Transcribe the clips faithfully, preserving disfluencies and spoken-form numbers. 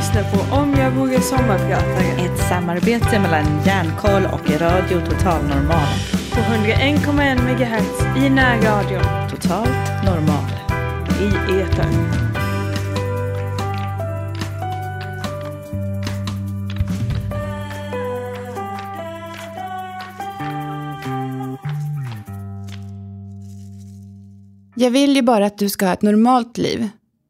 lyssnar på Om jag vågar sommarprata. Ett samarbete mellan Järnkoll och Radio Total Normal. På hundraen komma en megahertz i närradion. Totalt normal. I etern. Jag vill ju bara att du ska ha ett normalt liv.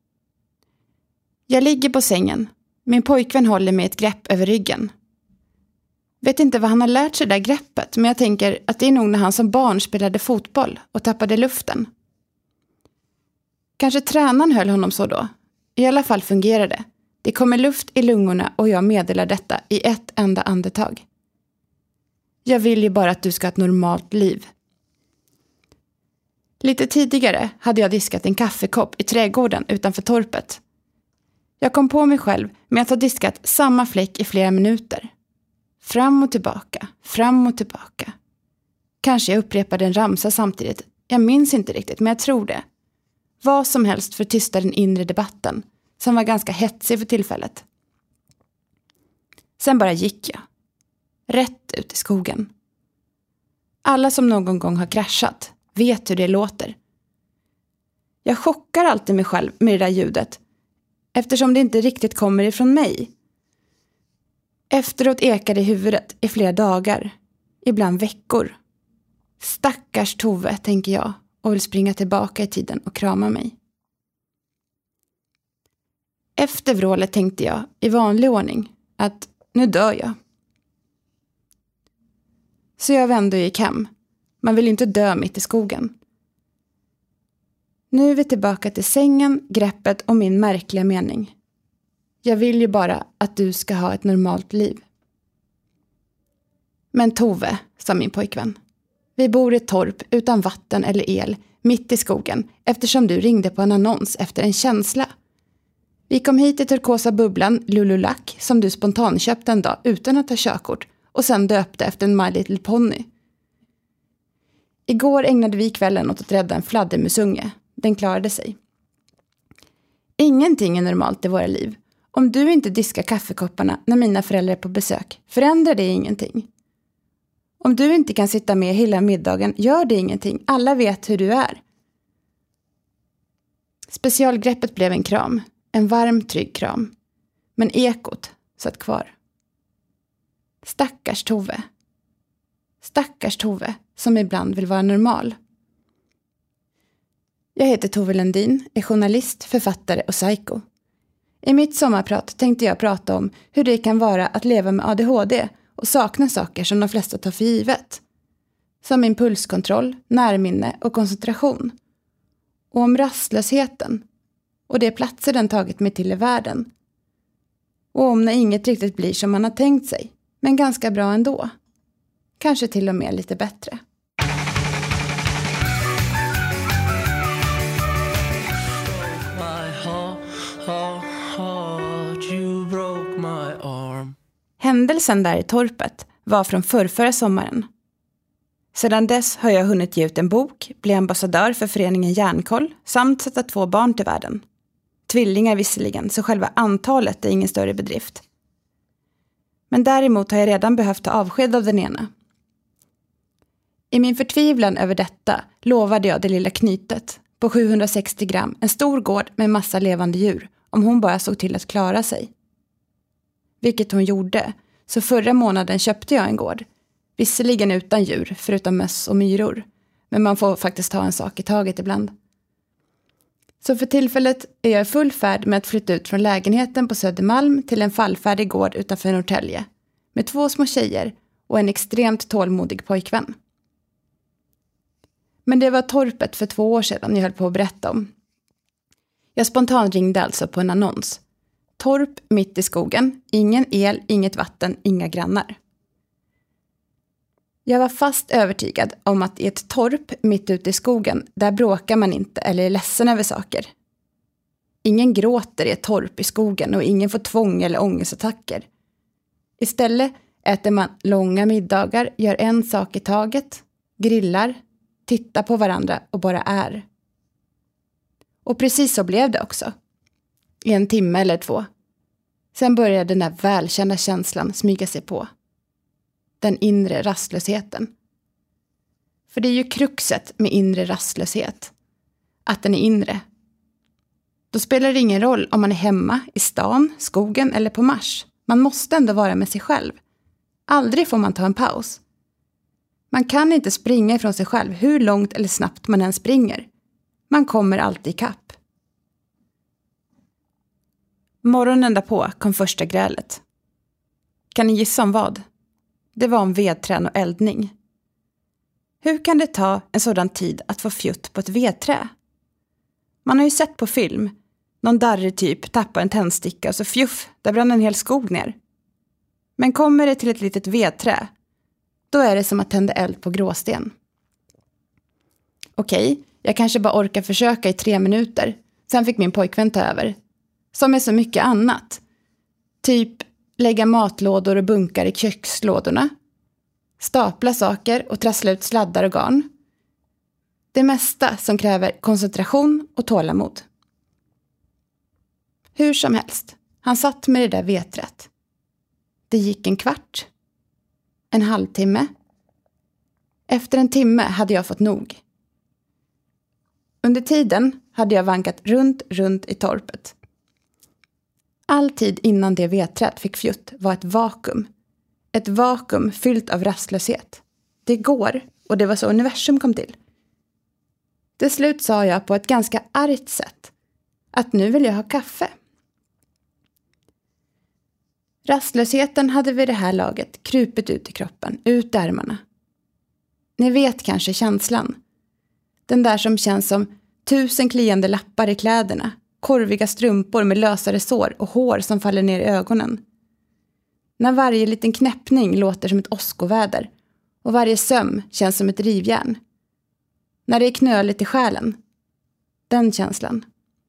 Jag ligger på sängen. Min pojkvän håller mig ett grepp över ryggen. Vet inte vad han har lärt sig det där greppet, men jag tänker att det är nog när han som barn spelade fotboll och tappade luften. Kanske tränaren höll honom så då. I alla fall fungerar det. Det kommer luft i lungorna och jag meddelar detta i ett enda andetag. Jag vill ju bara att du ska ha ett normalt liv. Lite tidigare hade jag diskat en kaffekopp i trädgården utanför torpet. Jag kom på mig själv med att ha diskat samma fläck i flera minuter. Fram och tillbaka, fram och tillbaka. Kanske jag upprepade en ramsa samtidigt. Jag minns inte riktigt, men jag tror det. Vad som helst för att tysta den inre debatten, som var ganska hetsig för tillfället. Sen bara gick jag. Rätt ut i skogen. Alla som någon gång har kraschat vet hur det låter. Jag chockar alltid mig själv med det där ljudet, eftersom det inte riktigt kommer ifrån mig. Efteråt ekar det i huvudet i flera dagar, ibland veckor. Stackars Tove, tänker jag, och vill springa tillbaka i tiden och krama mig. Efter vrålet tänkte jag, i vanlig ordning, att nu dör jag. Så jag vände och gick hem. Man vill inte dö mitt i skogen. Nu är vi tillbaka till sängen, greppet och min märkliga mening. Jag vill ju bara att du ska ha ett normalt liv. Men Tove, sa min pojkvän. Vi bor i ett torp utan vatten eller el, mitt i skogen, eftersom du ringde på en annons efter en känsla. Vi kom hit i turkosa bubblan Lululack som du spontant köpte en dag utan att ta körkort och sen döpte efter en My Little Pony. Igår ägnade vi kvällen åt att rädda en fladdermusunge. Den klarade sig. Ingenting är normalt i våra liv. Om du inte diskar kaffekopparna när mina föräldrar är på besök, förändrar det ingenting. Om du inte kan sitta med hela middagen, gör det ingenting. Alla vet hur du är. Specialgreppet blev en kram. En varm, trygg kram. Men ekot satt kvar. Stackars Tove. Stackars Tove, som ibland vill vara normal. Jag heter Tove Lundin, är journalist, författare och psycho. I mitt sommarprat tänkte jag prata om hur det kan vara att leva med A D H D och sakna saker som de flesta tar för givet. Som impulskontroll, närminne och koncentration. Och om rastlösheten och de platser den tagit mig till i världen. Och om när inget riktigt blir som man har tänkt sig, men ganska bra ändå. Kanske till och med lite bättre. Händelsen där i torpet var från förrförra sommaren. Sedan dess har jag hunnit ge ut en bok, bli ambassadör för föreningen Järnkoll samt sätta två barn till världen. Tvillingar visserligen, så själva antalet är ingen större bedrift. Men däremot har jag redan behövt ta avsked av den ena. I min förtvivlan över detta lovade jag det lilla knytet på sjuhundrasextio gram en stor gård med massa levande djur om hon bara såg till att klara sig. Vilket hon gjorde, så förra månaden köpte jag en gård. Visserligen utan djur, förutom möss och myror. Men man får faktiskt ta en sak i taget ibland. Så för tillfället är jag i full färd med att flytta ut från lägenheten på Södermalm till en fallfärdig gård utanför Norrtälje. Med två små tjejer och en extremt tålmodig pojkvän. Men det var torpet för två år sedan jag höll på att berätta om. Jag spontant ringde alltså på en annons. Torp mitt i skogen, ingen el, inget vatten, inga grannar. Jag var fast övertygad om att i ett torp mitt ute i skogen, där bråkar man inte eller är ledsen över saker. Ingen gråter i ett torp i skogen och ingen får tvång eller ångestattacker. Istället äter man långa middagar, gör en sak i taget, grillar, tittar på varandra och bara är. Och precis så blev det också. I en timme eller två. Sen började den där välkända känslan smyga sig på. Den inre rastlösheten. För det är ju kruxet med inre rastlöshet. Att den är inre. Då spelar det ingen roll om man är hemma, i stan, skogen eller på Mars. Man måste ändå vara med sig själv. Aldrig får man ta en paus. Man kan inte springa ifrån sig själv hur långt eller snabbt man än springer. Man kommer alltid ikapp. Morgonen därpå kom första grälet. Kan ni gissa om vad? Det var om vedträn och eldning. Hur kan det ta en sådan tid att få fjutt på ett vedträ? Man har ju sett på film. Någon darrig typ tappar en tändsticka och så fjuff, där brann en hel skog ner. Men kommer det till ett litet vedträ, då är det som att tända eld på gråsten. Okej, jag kanske bara orkar försöka i tre minuter. Sen fick min pojkvän ta över. Som är så mycket annat. Typ lägga matlådor och bunkar i kökslådorna. Stapla saker och trassla ut sladdar och garn. Det mesta som kräver koncentration och tålamod. Hur som helst, han satt med det där veträtt. Det gick en kvart. En halvtimme. Efter en timme hade jag fått nog. Under tiden hade jag vankat runt, runt i torpet. All tid innan det veträtt fick fjutt var ett vakuum. Ett vakuum fyllt av rastlöshet. Det går, och det var så universum kom till. Till slut sa jag på ett ganska argt sätt att nu vill jag ha kaffe. Rastlösheten hade vid det här laget krupit ut i kroppen, ut i ärmarna. Ni vet kanske känslan. Den där som känns som tusen kliande lappar i kläderna, korviga strumpor med lösare sår och hår som faller ner i ögonen. När varje liten knäppning låter som ett åskoväder och varje söm känns som ett rivjärn. När det är knöligt i själen. Den känslan.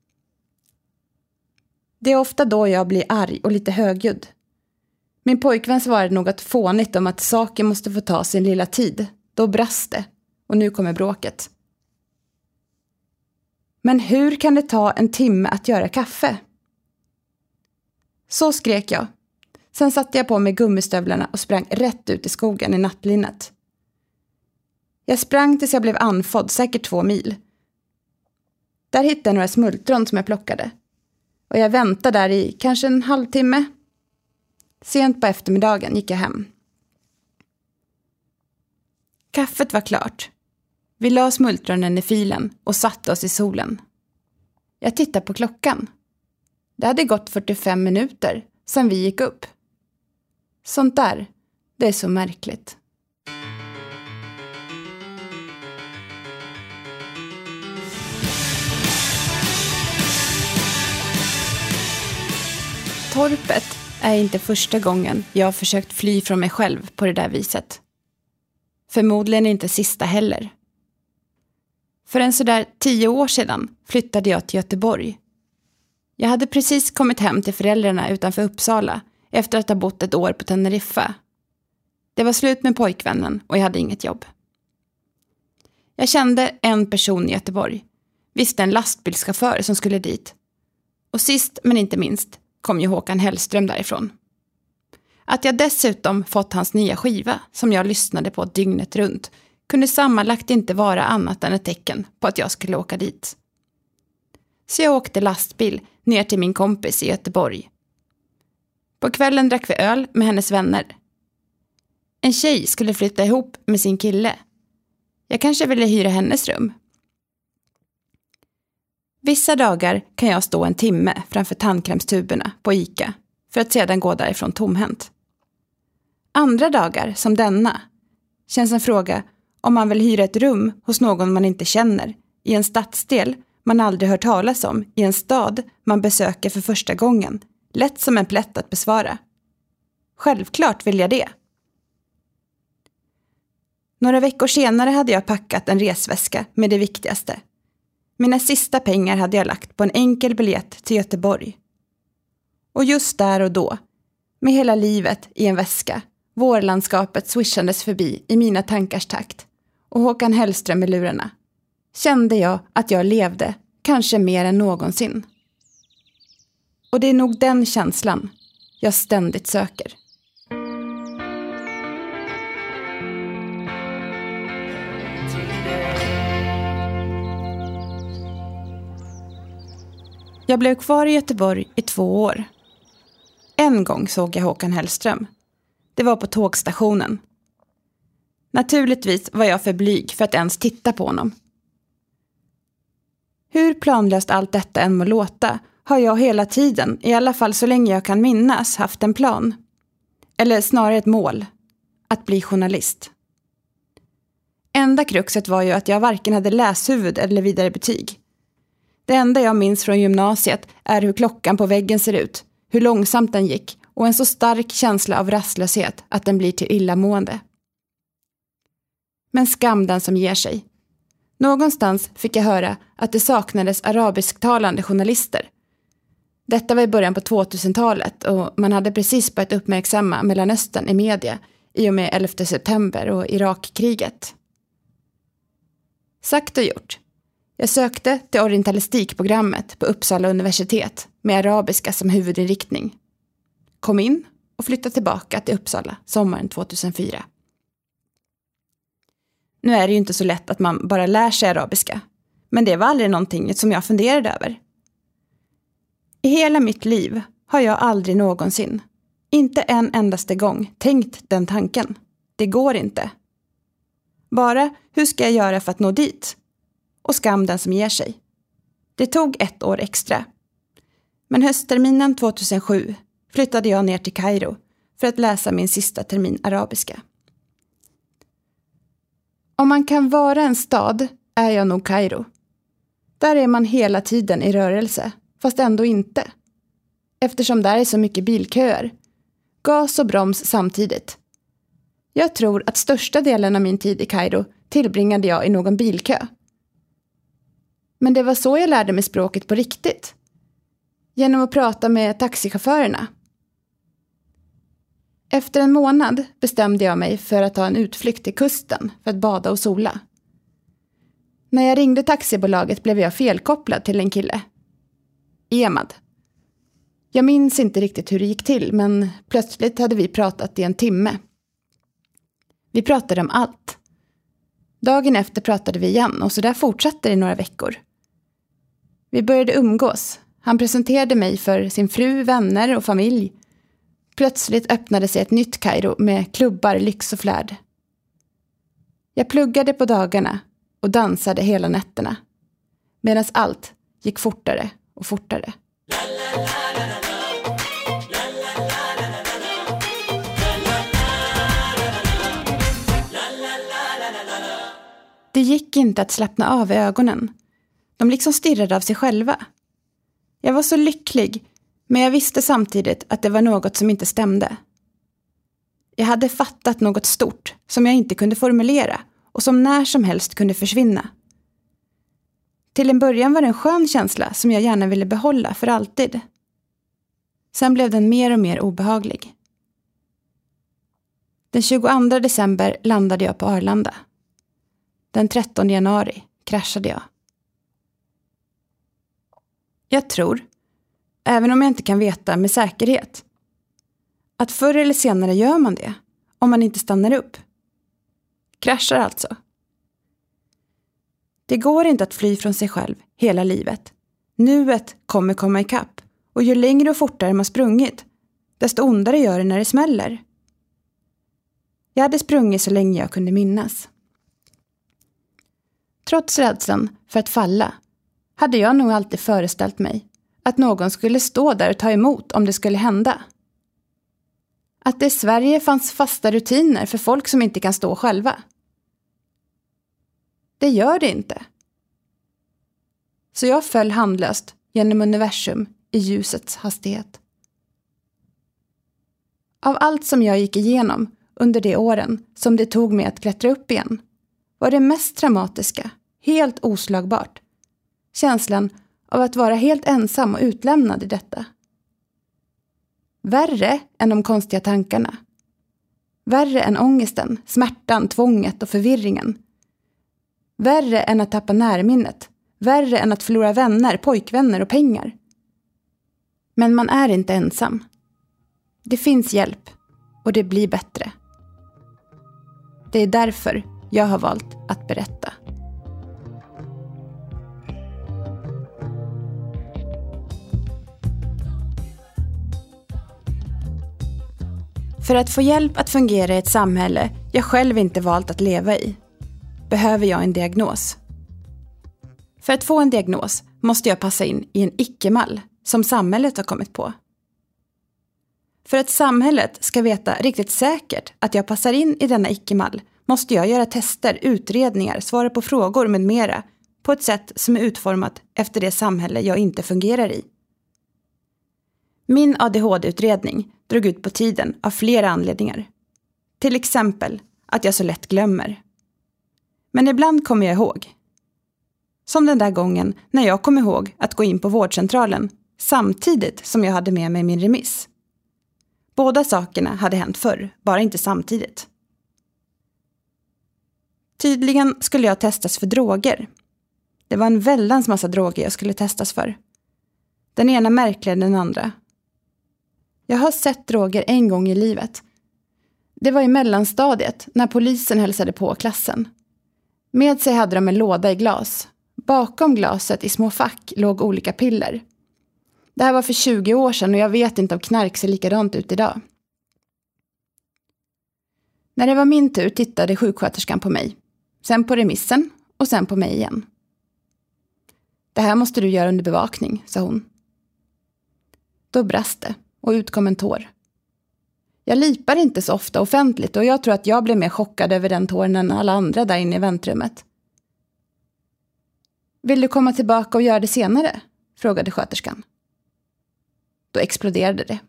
Det är ofta då jag blir arg och lite högljudd. Min pojkvän svarade något fånigt om att saker måste få ta sin lilla tid. Då brast det. Och nu kommer bråket. Men hur kan det ta en timme att göra kaffe? Så skrek jag. Sen satte jag på mig gummistövlarna och sprang rätt ut i skogen i nattlinnet. Jag sprang tills jag blev anfodd, säkert två mil. Där hittade jag några smultron som jag plockade. Och jag väntade där i kanske en halvtimme. Sent på eftermiddagen gick jag hem. Kaffet var klart. Vi la smultronen i filen och satte oss i solen. Jag tittade på klockan. Det hade gått fyrtiofem minuter sedan vi gick upp. Sånt där, det är så märkligt. Torpet är inte första gången jag har försökt fly från mig själv på det där viset. Förmodligen inte sista heller. För en sådär tio år sedan flyttade jag till Göteborg. Jag hade precis kommit hem till föräldrarna utanför Uppsala efter att ha bott ett år på Teneriffa. Det var slut med pojkvännen och jag hade inget jobb. Jag kände en person i Göteborg. Visste en lastbilschaufför som skulle dit. Och sist men inte minst kom ju Håkan Hellström därifrån. Att jag dessutom fått hans nya skiva som jag lyssnade på dygnet runt kunde sammanlagt inte vara annat än ett tecken på att jag skulle åka dit. Så jag åkte lastbil ner till min kompis i Göteborg. På kvällen drack vi öl med hennes vänner. En tjej skulle flytta ihop med sin kille. Jag kanske ville hyra hennes rum. Vissa dagar kan jag stå en timme framför tandkrämstuberna på Ica för att sedan gå därifrån tomhänt. Andra dagar, som denna, känns en fråga om man vill hyra ett rum hos någon man inte känner, i en stadsdel man aldrig hört talas om, i en stad man besöker för första gången, lätt som en plätt att besvara. Självklart vill jag det. Några veckor senare hade jag packat en resväska med det viktigaste. Mina sista pengar hade jag lagt på en enkel biljett till Göteborg. Och just där och då, med hela livet i en väska, vårlandskapet swishandes förbi i mina tankars takt och Håkan Hellström i lurarna, kände jag att jag levde, kanske mer än någonsin. Och det är nog den känslan jag ständigt söker. Jag blev kvar i Göteborg i två år. En gång såg jag Håkan Hellström. Det var på tågstationen. Naturligtvis var jag för blyg för att ens titta på honom. Hur planlöst allt detta än må låta har jag hela tiden, i alla fall så länge jag kan minnas, haft en plan. Eller snarare ett mål. Att bli journalist. Enda kruxet var ju att jag varken hade läshuvud eller vidare betyg. Det enda jag minns från gymnasiet är hur klockan på väggen ser ut, hur långsamt den gick och en så stark känsla av rastlöshet att den blir till illamående. Men skam den som ger sig. Någonstans fick jag höra att det saknades arabisktalande journalister. Detta var i början på tvåtusentalet och man hade precis börjat uppmärksamma Mellanöstern i media i och med elfte september och Irakkriget. Sagt och gjort. Jag sökte till orientalistikprogrammet på Uppsala universitet med arabiska som huvudinriktning. Kom in och flyttade tillbaka till Uppsala sommaren tvåtusenfyra. Nu är det ju inte så lätt att man bara lär sig arabiska, men det var aldrig någonting som jag funderade över. I hela mitt liv har jag aldrig någonsin, inte en endaste gång, tänkt den tanken. Det går inte. Bara, hur ska jag göra för att nå dit? Och skam den som ger sig. Det tog ett år extra. Men höstterminen tvåtusensju flyttade jag ner till Kairo för att läsa min sista termin arabiska. Om man kan vara en stad är jag nog Kairo. Där är man hela tiden i rörelse, fast ändå inte. Eftersom där är så mycket bilköer. Gas och broms samtidigt. Jag tror att största delen av min tid i Kairo tillbringade jag i någon bilkö. Men det var så jag lärde mig språket på riktigt. Genom att prata med taxichaufförerna. Efter en månad bestämde jag mig för att ta en utflykt till kusten för att bada och sola. När jag ringde taxibolaget blev jag felkopplad till en kille. Emad. Jag minns inte riktigt hur det gick till, men plötsligt hade vi pratat i en timme. Vi pratade om allt. Dagen efter pratade vi igen och så där fortsatte det i några veckor. Vi började umgås. Han presenterade mig för sin fru, vänner och familj. Plötsligt öppnade sig ett nytt Kairo med klubbar, lyx och flärd. Jag pluggade på dagarna och dansade hela nätterna. Medan allt gick fortare och fortare. Det gick inte att slappna av i ögonen. De liksom stirrade av sig själva. Jag var så lycklig, men jag visste samtidigt att det var något som inte stämde. Jag hade fattat något stort som jag inte kunde formulera och som när som helst kunde försvinna. Till en början var det en skön känsla som jag gärna ville behålla för alltid. Sen blev den mer och mer obehaglig. Den tjugoandra december landade jag på Arlanda. Den trettonde januari kraschade jag. Jag tror, även om jag inte kan veta med säkerhet, att förr eller senare gör man det om man inte stannar upp. Kraschar alltså. Det går inte att fly från sig själv hela livet. Nuet kommer komma ikapp och ju längre och fortare man sprungit, desto ondare gör det när det smäller. Jag hade sprungit så länge jag kunde minnas. Trots rädslan för att falla hade jag nog alltid föreställt mig att någon skulle stå där och ta emot om det skulle hända. Att det i Sverige fanns fasta rutiner för folk som inte kan stå själva. Det gör det inte. Så jag föll handlöst genom universum i ljusets hastighet. Av allt som jag gick igenom under de åren som det tog mig att klättra upp igen var det mest traumatiska, helt oslagbart. Känslan av att vara helt ensam och utlämnad i detta. Värre än de konstiga tankarna. Värre än ångesten, smärtan, tvånget och förvirringen. Värre än att tappa närminnet. Värre än att förlora vänner, pojkvänner och pengar. Men man är inte ensam. Det finns hjälp och det blir bättre. Det är därför jag har valt att berätta. För att få hjälp att fungera i ett samhälle jag själv inte valt att leva i, behöver jag en diagnos. För att få en diagnos måste jag passa in i en icke-mall som samhället har kommit på. För att samhället ska veta riktigt säkert att jag passar in i denna icke-mall måste jag göra tester, utredningar, svara på frågor med mera på ett sätt som är utformat efter det samhälle jag inte fungerar i. Min A D H D-utredning drog ut på tiden av flera anledningar. Till exempel att jag så lätt glömmer. Men ibland kommer jag ihåg. Som den där gången när jag kom ihåg att gå in på vårdcentralen samtidigt som jag hade med mig min remiss. Båda sakerna hade hänt förr, bara inte samtidigt. Tydligen skulle jag testas för droger. Det var en väldans massa droger jag skulle testas för. Den ena märkligare än den andra. Jag har sett droger en gång i livet. Det var i mellanstadiet när polisen hälsade på klassen. Med sig hade de en låda i glas. Bakom glaset i små fack låg olika piller. Det här var för tjugo år sedan och jag vet inte om knark ser likadant ut idag. När det var min tur tittade sjuksköterskan på mig. Sen på remissen och sen på mig igen. Det här måste du göra under bevakning, sa hon. Då brast det och ut kom en tår. Jag lipar inte så ofta offentligt och jag tror att jag blev mer chockad över den tåren än alla andra där inne i väntrummet. Vill du komma tillbaka och göra det senare? Frågade sköterskan. Då exploderade det.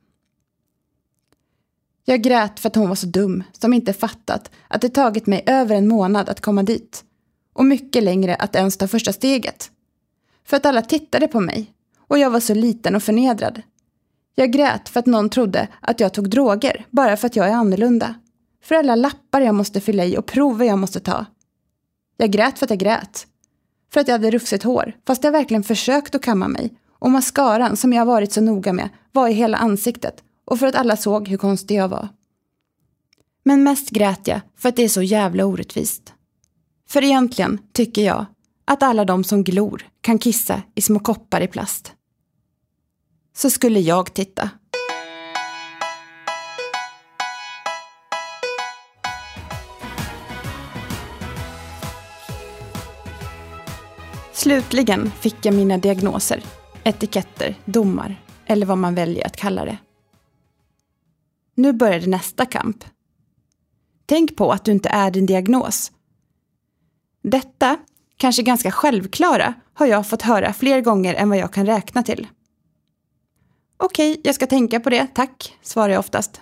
Jag grät för att hon var så dum som inte fattat att det tagit mig över en månad att komma dit och mycket längre att ens ta första steget. För att alla tittade på mig och jag var så liten och förnedrad. Jag grät för att någon trodde att jag tog droger bara för att jag är annorlunda. För alla lappar jag måste fylla i och prover jag måste ta. Jag grät för att jag grät. För att jag hade rufsigt hår fast jag verkligen försökt att kamma mig. Och mascaran som jag varit så noga med var i hela ansiktet och för att alla såg hur konstig jag var. Men mest grät jag för att det är så jävla orättvist. För egentligen tycker jag att alla de som glor kan kissa i små koppar i plast. Så skulle jag titta. Slutligen fick jag mina diagnoser, etiketter, domar eller vad man väljer att kalla det. Nu började nästa kamp. Tänk på att du inte är din diagnos. Detta, kanske ganska självklara, har jag fått höra fler gånger än vad jag kan räkna till. Okej, jag ska tänka på det, tack, svarar jag oftast.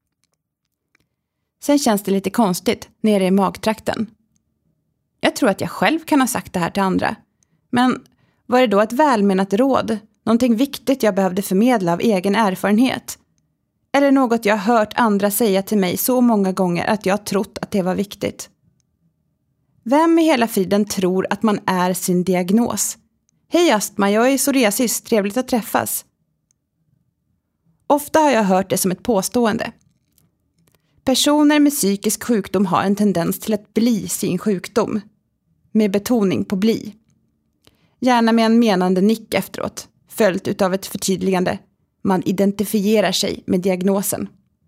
Sen känns det lite konstigt nere i magtrakten. Jag tror att jag själv kan ha sagt det här till andra. Men var det då ett välmenat råd? Någonting viktigt jag behövde förmedla av egen erfarenhet? Eller något jag hört andra säga till mig så många gånger att jag trott att det var viktigt? Vem i hela friden tror att man är sin diagnos? Hej astma, jag är psoriasis, trevligt att träffas. Ofta har jag hört det som ett påstående. Personer med psykisk sjukdom har en tendens till att bli sin sjukdom. Med betoning på bli. Gärna med en menande nick efteråt, följt utav ett förtydligande. Man identifierar sig med diagnosen.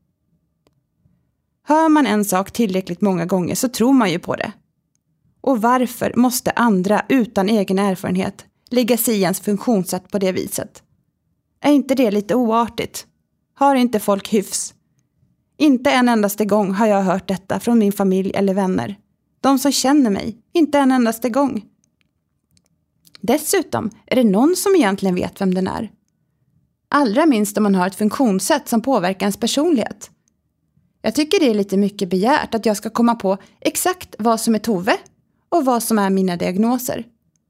Hör man en sak tillräckligt många gånger så tror man ju på det. Och varför måste andra utan egen erfarenhet lägga sig i ens funktionssätt på det viset? Är inte det lite oartigt? Har inte folk hyfs? Inte en endaste gång har jag hört detta från min familj eller vänner. De som känner mig, inte en endaste gång. Dessutom är det någon som egentligen vet vem den är. Allra minst om man har ett funktionssätt som påverkar ens personlighet. Jag tycker det är lite mycket begärt att jag ska komma på exakt vad som är Tove och vad som är mina diagnoser.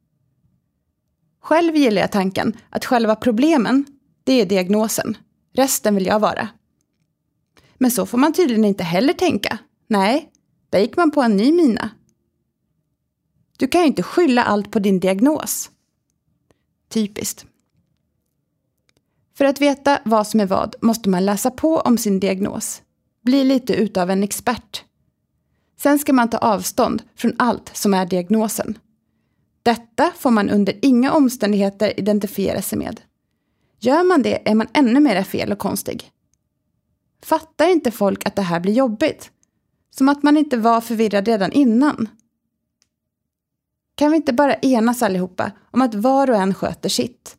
Själv gillar jag tanken att själva problemen, det är diagnosen. Resten vill jag vara. Men så får man tydligen inte heller tänka. Nej, där gick man på en ny mina. Du kan ju inte skylla allt på din diagnos. Typiskt. För att veta vad som är vad måste man läsa på om sin diagnos. Bli lite utav en expert. Sen ska man ta avstånd från allt som är diagnosen. Detta får man under inga omständigheter identifiera sig med. Gör man det är man ännu mer fel och konstig. Fattar inte folk att det här blir jobbigt? Som att man inte var förvirrad redan innan. Kan vi inte bara enas allihopa om att var och en sköter sitt?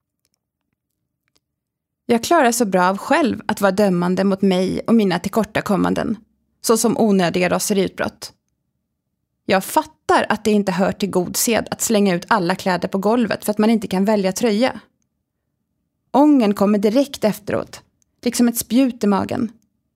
Jag klarar så bra av själv att vara dömande mot mig och mina tillkortakommanden, såsom onödiga raseriutbrott. Jag fattar att det inte hör till god sed att slänga ut alla kläder på golvet för att man inte kan välja tröja. Ången kommer direkt efteråt, liksom ett spjut i magen.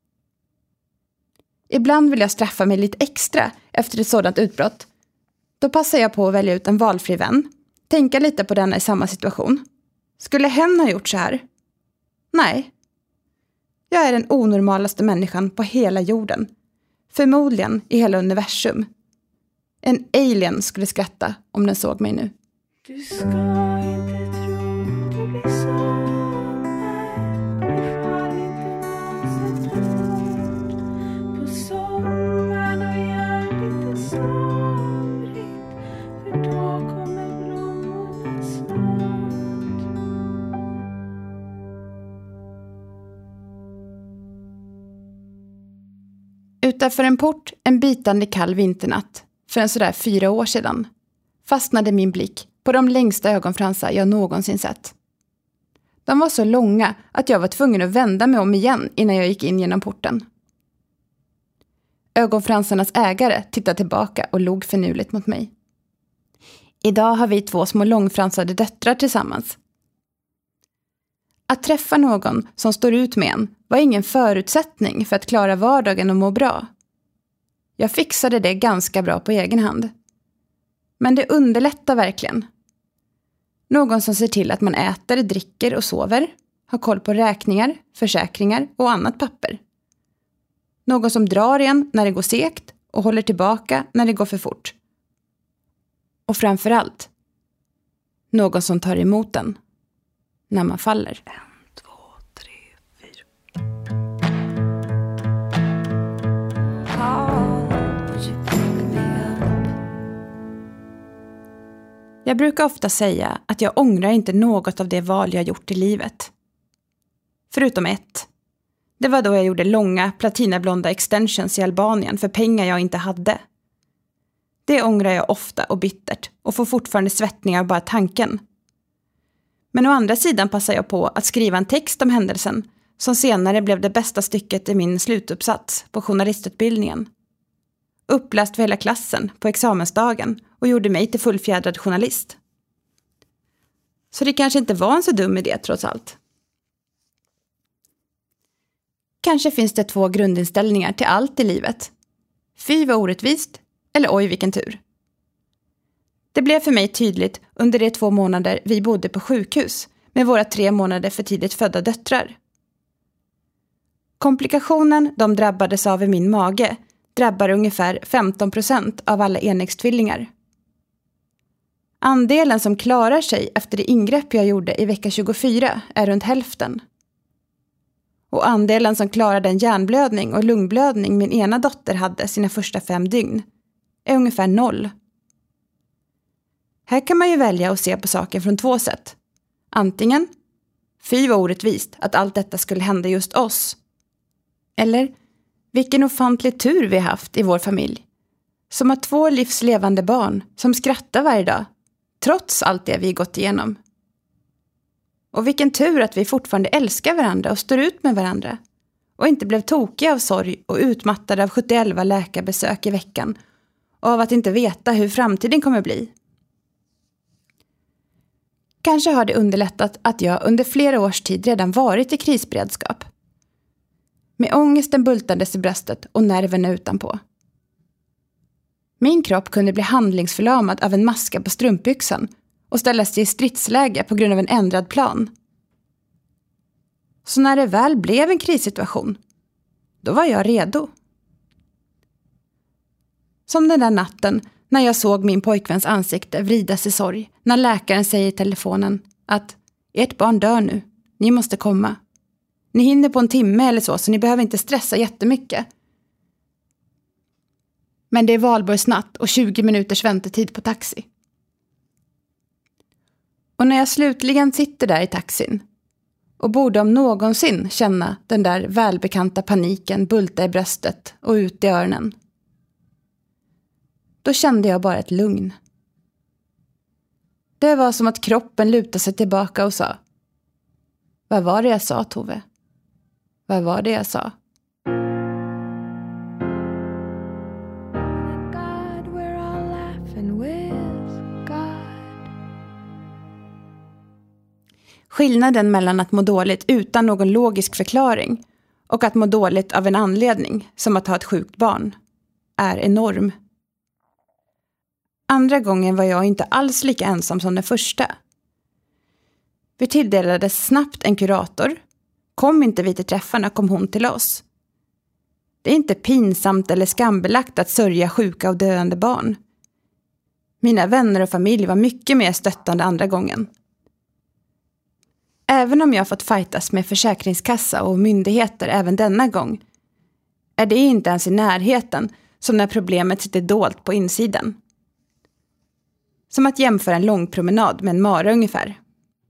Ibland vill jag straffa mig lite extra efter ett sådant utbrott. Då passar jag på att välja ut en valfri vän, tänka lite på denna i samma situation. Skulle hen ha gjort så här? Nej. Jag är den onormalaste människan på hela jorden. Förmodligen i hela universum. En alien skulle skratta om den såg mig nu. Du ska inte tro det blir så här. Ifall inte någon sätter fart på sommaren och gör lite somrigt. För då kommer blommorna snart. Utanför en port en bitande kall vinternatt för en sådär fyra år sedan fastnade min blick på de längsta ögonfransar jag någonsin sett. De var så långa att jag var tvungen att vända mig om igen innan jag gick in genom porten. Ögonfransarnas ägare tittade tillbaka och log förnuligt mot mig. Idag har vi två små långfransade döttrar tillsammans. Att träffa någon som står ut med en var ingen förutsättning för att klara vardagen och må bra. Jag fixade det ganska bra på egen hand. Men det underlättar verkligen. Någon som ser till att man äter, dricker och sover, har koll på räkningar, försäkringar och annat papper. Någon som drar en när det går segt och håller tillbaka när det går för fort. Och framförallt, någon som tar emot den när man faller. En, två, tre, fyra. Jag brukar ofta säga att jag ångrar inte något av det val jag gjort i livet. Förutom ett. Det var då jag gjorde långa, platinablonda extensions i Albanien för pengar jag inte hade. Det ångrar jag ofta och bittert och får fortfarande svettningar bara tanken. Men å andra sidan passar jag på att skriva en text om händelsen som senare blev det bästa stycket i min slutuppsats på journalistutbildningen. Uppläst för hela klassen på examensdagen och gjorde mig till fullfjädrad journalist. Så det kanske inte var en så dum idé trots allt. Kanske finns det två grundinställningar till allt i livet. Fy vad orättvist, eller oj vilken tur. Det blev för mig tydligt under de två månader vi bodde på sjukhus med våra tre månader för tidigt födda döttrar. Komplikationen de drabbades av i min mage drabbar ungefär femton procent av alla enäggstvillingar. Andelen som klarar sig efter det ingrepp jag gjorde i vecka tjugofyra är runt hälften. Och andelen som klarar den hjärnblödning och lungblödning min ena dotter hade sina första fem dygn är ungefär noll. Här kan man ju välja att se på saken från två sätt. Antingen, fy vad orättvist att allt detta skulle hända just oss. Eller, vilken ofantlig tur vi haft i vår familj. Som har två livslevande barn som skrattar varje dag, trots allt det vi gått igenom. Och vilken tur att vi fortfarande älskar varandra och står ut med varandra. Och inte blev tokiga av sorg och utmattade av sjuttioelva läkarbesök i veckan. Och av att inte veta hur framtiden kommer bli. Kanske har det underlättat att jag under flera års tid redan varit i krisberedskap. Med ångesten bultandes i bröstet och nerverna utanpå. Min kropp kunde bli handlingsförlamad av en maska på strumpbyxan och ställas i stridsläge på grund av en ändrad plan. Så när det väl blev en krissituation, då var jag redo. Som den där natten när jag såg min pojkväns ansikte vridas i sorg när läkaren säger i telefonen att ert barn dör nu, Ni måste komma. Ni hinner på en timme eller så, så ni behöver inte stressa jättemycket. Men det är valborgsnatt och tjugo minuters väntetid på taxi. Och när jag slutligen sitter där i taxin och borde om någonsin känna den där välbekanta paniken bulta i bröstet och ut i öronen, då kände jag bara ett lugn. Det var som att kroppen lutade sig tillbaka och sa: vad var det jag sa, Tove? Vad var det jag sa? Skillnaden mellan att må dåligt utan någon logisk förklaring och att må dåligt av en anledning, som att ha ett sjukt barn, är enorm. Andra gången var jag inte alls lika ensam som den första. Vi tilldelades snabbt en kurator. Kom inte vi till träffarna, kom hon till oss. Det är inte pinsamt eller skambelagt att sörja sjuka och döende barn. Mina vänner och familj var mycket mer stöttande andra gången. Även om jag fått fightas med försäkringskassa och myndigheter även denna gång, är det inte ens i närheten som när problemet sitter dolt på insidan. Som att jämföra en lång promenad med en mara ungefär.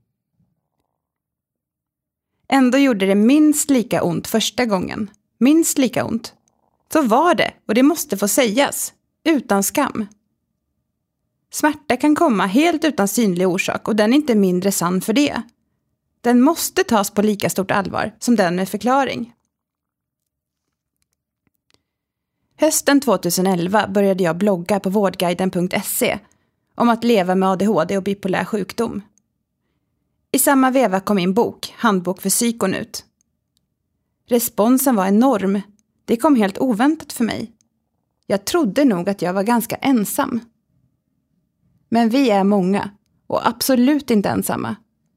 Ändå gjorde det minst lika ont första gången. Minst lika ont. Så var det, och det måste få sägas. Utan skam. Smärta kan komma helt utan synlig orsak, och den är inte mindre sann för det. Den måste tas på lika stort allvar som den med förklaring. Hösten tjugoelva började jag blogga på vårdguiden punkt se om att leva med A D H D och bipolär sjukdom. I samma veva kom min bok, Handbok för psykon, ut. Responsen var enorm. Det kom helt oväntat för mig. Jag trodde nog att jag var ganska ensam. Men vi är många, och absolut inte ensamma.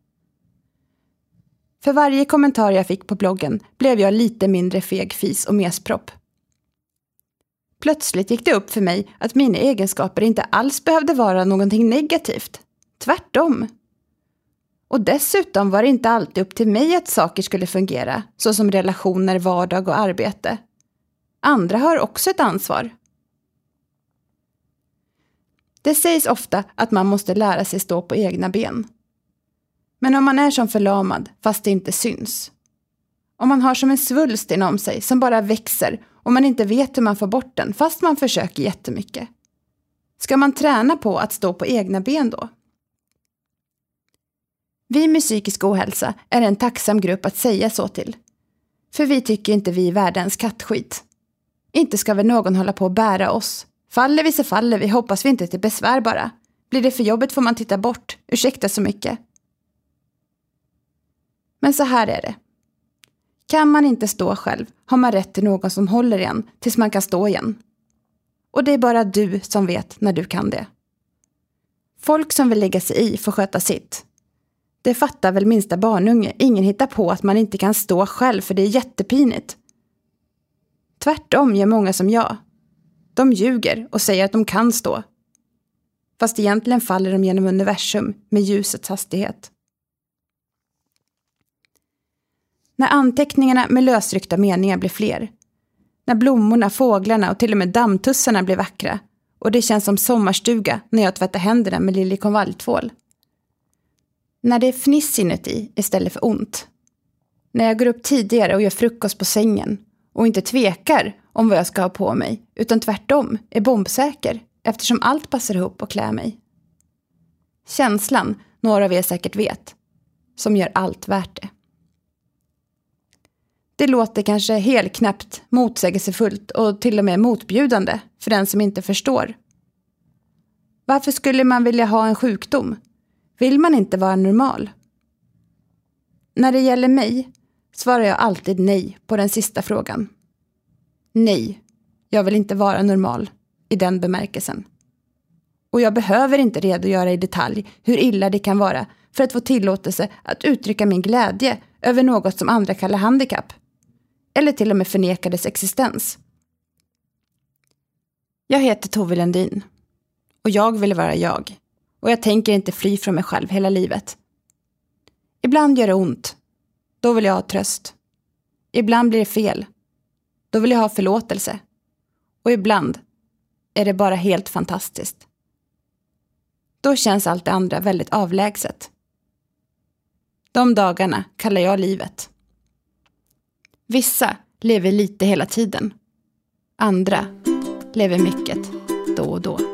För varje kommentar jag fick på bloggen blev jag lite mindre feg fis och mespropp. Plötsligt gick det upp för mig att mina egenskaper inte alls behövde vara någonting negativt. Tvärtom. Och dessutom var det inte alltid upp till mig att saker skulle fungera, såsom relationer, vardag och arbete. Andra har också ett ansvar. Det sägs ofta att man måste lära sig stå på egna ben. Men om man är som förlamad, fast det inte syns. Om man har som en svulst inom sig som bara växer och man inte vet hur man får bort den, fast man försöker jättemycket. Ska man träna på att stå på egna ben då? Vi med psykisk ohälsa är en tacksam grupp att säga så till. För vi tycker inte vi är världens kattskit. Inte ska väl någon hålla på att bära oss. Faller vi så faller vi, hoppas vi inte till besvär bara. Blir det för jobbet får man titta bort, ursäkta så mycket. Men så här är det. Kan man inte stå själv har man rätt till någon som håller igen tills man kan stå igen. Och det är bara du som vet när du kan det. Folk som vill lägga sig i får sköta sitt. Det fattar väl minsta barnunge. Ingen hittar på att man inte kan stå själv för det är jättepinigt. Tvärtom gör många som jag. De ljuger och säger att de kan stå. Fast egentligen faller de genom universum med ljusets hastighet. När anteckningarna med lösryckta meningar blir fler. När blommorna, fåglarna och till och med dammtussarna blir vackra. Och det känns som sommarstuga när jag tvättar händerna med liljekonvaljtvål. När det är fniss inuti istället för ont. När jag går upp tidigare och gör frukost på sängen. Och inte tvekar om vad jag ska ha på mig. Utan tvärtom är bombsäker. Eftersom allt passar ihop och klär mig. Känslan, några av er säkert vet. Som gör allt värt det. Det låter kanske helt knappt motsägelsefullt och till och med motbjudande för den som inte förstår. Varför skulle man vilja ha en sjukdom? Vill man inte vara normal? När det gäller mig svarar jag alltid nej på den sista frågan. Nej, jag vill inte vara normal i den bemärkelsen. Och jag behöver inte redogöra i detalj hur illa det kan vara för att få tillåtelse att uttrycka min glädje över något som andra kallar handikapp. Eller till och med förneka dess existens. Jag heter Tove Lundin. Och jag vill vara jag. Och jag tänker inte fly från mig själv hela livet. Ibland gör det ont. Då vill jag ha tröst. Ibland blir det fel. Då vill jag ha förlåtelse. Och ibland är det bara helt fantastiskt. Då känns allt det andra väldigt avlägset. De dagarna kallar jag livet. Vissa lever lite hela tiden. Andra lever mycket då och då.